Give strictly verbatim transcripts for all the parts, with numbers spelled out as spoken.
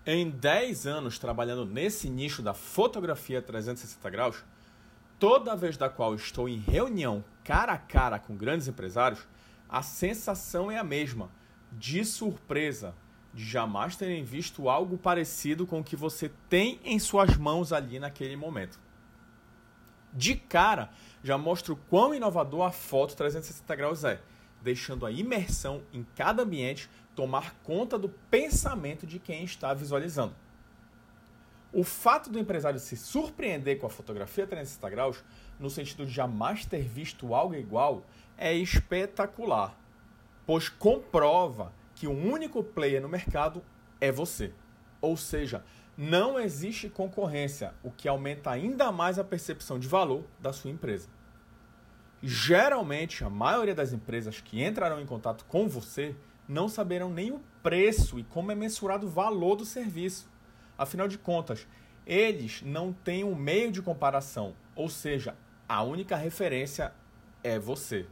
Em dez anos trabalhando nesse nicho da fotografia trezentos e sessenta graus, toda vez da qual estou em reunião cara a cara com grandes empresários, a sensação é a mesma, de surpresa, de jamais terem visto algo parecido com o que você tem em suas mãos ali naquele momento. De cara, já mostra o quão inovador a foto trezentos e sessenta graus é, deixando a imersão em cada ambiente tomar conta do pensamento de quem está visualizando. O fato do empresário se surpreender com a fotografia trezentos e sessenta graus, no sentido de jamais ter visto algo igual, é espetacular, pois comprova que o único player no mercado é você. Ou seja, não existe concorrência, o que aumenta ainda mais a percepção de valor da sua empresa. Geralmente, a maioria das empresas que entrarão em contato com você não saberão nem o preço e como é mensurado o valor do serviço. Afinal de contas, eles não têm um meio de comparação, ou seja, a única referência é você.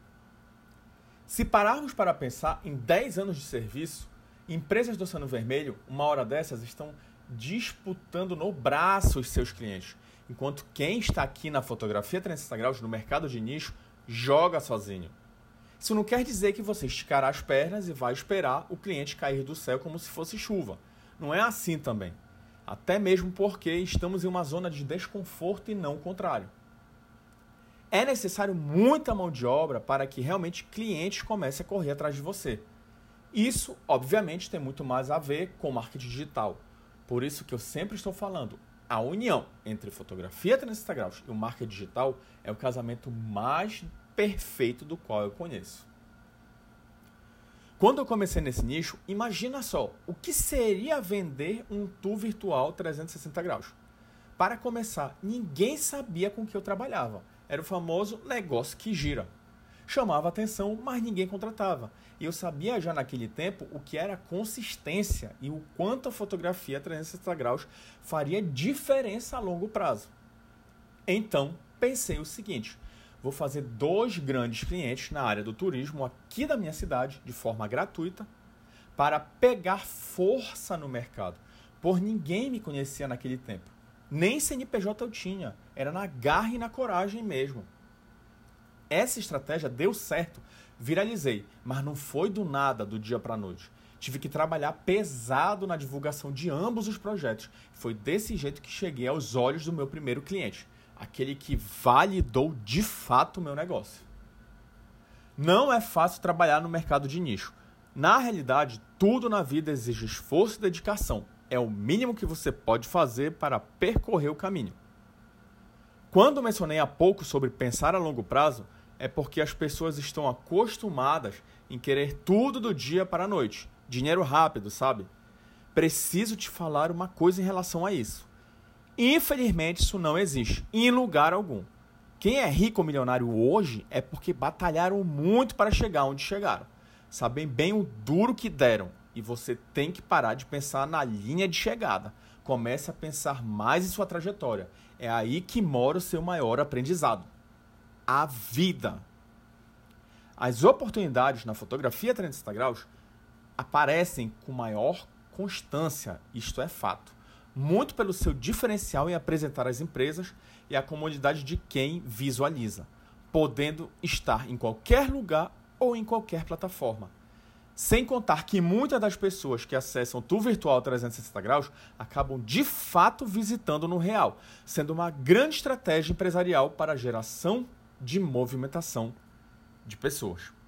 Se pararmos para pensar em dez anos de serviço, empresas do Oceano Vermelho, uma hora dessas, estão disputando no braço os seus clientes, enquanto quem está aqui na fotografia trezentos e sessenta graus, no mercado de nicho, joga sozinho. Isso não quer dizer que você esticará as pernas e vai esperar o cliente cair do céu como se fosse chuva. Não é assim também. Até mesmo porque estamos em uma zona de desconforto e não o contrário. É necessário muita mão de obra para que realmente clientes comecem a correr atrás de você. Isso, obviamente, tem muito mais a ver com marketing digital. Por isso que eu sempre estou falando, a união entre fotografia trezentos e sessenta graus e o marketing digital é o casamento mais perfeito do qual eu conheço. Quando eu comecei nesse nicho, imagina só, o que seria vender um tour virtual trezentos e sessenta graus? Para começar, ninguém sabia com que eu trabalhava. Era o famoso negócio que gira. Chamava atenção, mas ninguém contratava. E eu sabia já naquele tempo o que era consistência e o quanto a fotografia trezentos e sessenta graus faria diferença a longo prazo. Então, pensei o seguinte: vou fazer dois grandes clientes na área do turismo aqui da minha cidade, de forma gratuita, para pegar força no mercado, por ninguém me conhecia naquele tempo. Nem C N P J eu tinha, era na garra e na coragem mesmo. Essa estratégia deu certo, viralizei, mas não foi do nada, do dia para a noite. Tive que trabalhar pesado na divulgação de ambos os projetos. Foi desse jeito que cheguei aos olhos do meu primeiro cliente, aquele que validou de fato o meu negócio. Não é fácil trabalhar no mercado de nicho. Na realidade, tudo na vida exige esforço e dedicação. É o mínimo que você pode fazer para percorrer o caminho. Quando mencionei há pouco sobre pensar a longo prazo, é porque as pessoas estão acostumadas em querer tudo do dia para a noite. Dinheiro rápido, sabe? Preciso te falar uma coisa em relação a isso. Infelizmente, isso não existe, em lugar algum. Quem é rico ou milionário hoje é porque batalharam muito para chegar onde chegaram. Sabem bem o duro que deram. E você tem que parar de pensar na linha de chegada. Comece a pensar mais em sua trajetória. É aí que mora o seu maior aprendizado. A vida. As oportunidades na fotografia trezentos e sessenta graus aparecem com maior constância. Isto é fato. Muito pelo seu diferencial em apresentar as empresas e a comodidade de quem visualiza, podendo estar em qualquer lugar ou em qualquer plataforma. Sem contar que muitas das pessoas que acessam o Tour Virtual trezentos e sessenta graus acabam de fato visitando no real, sendo uma grande estratégia empresarial para a geração de movimentação de pessoas.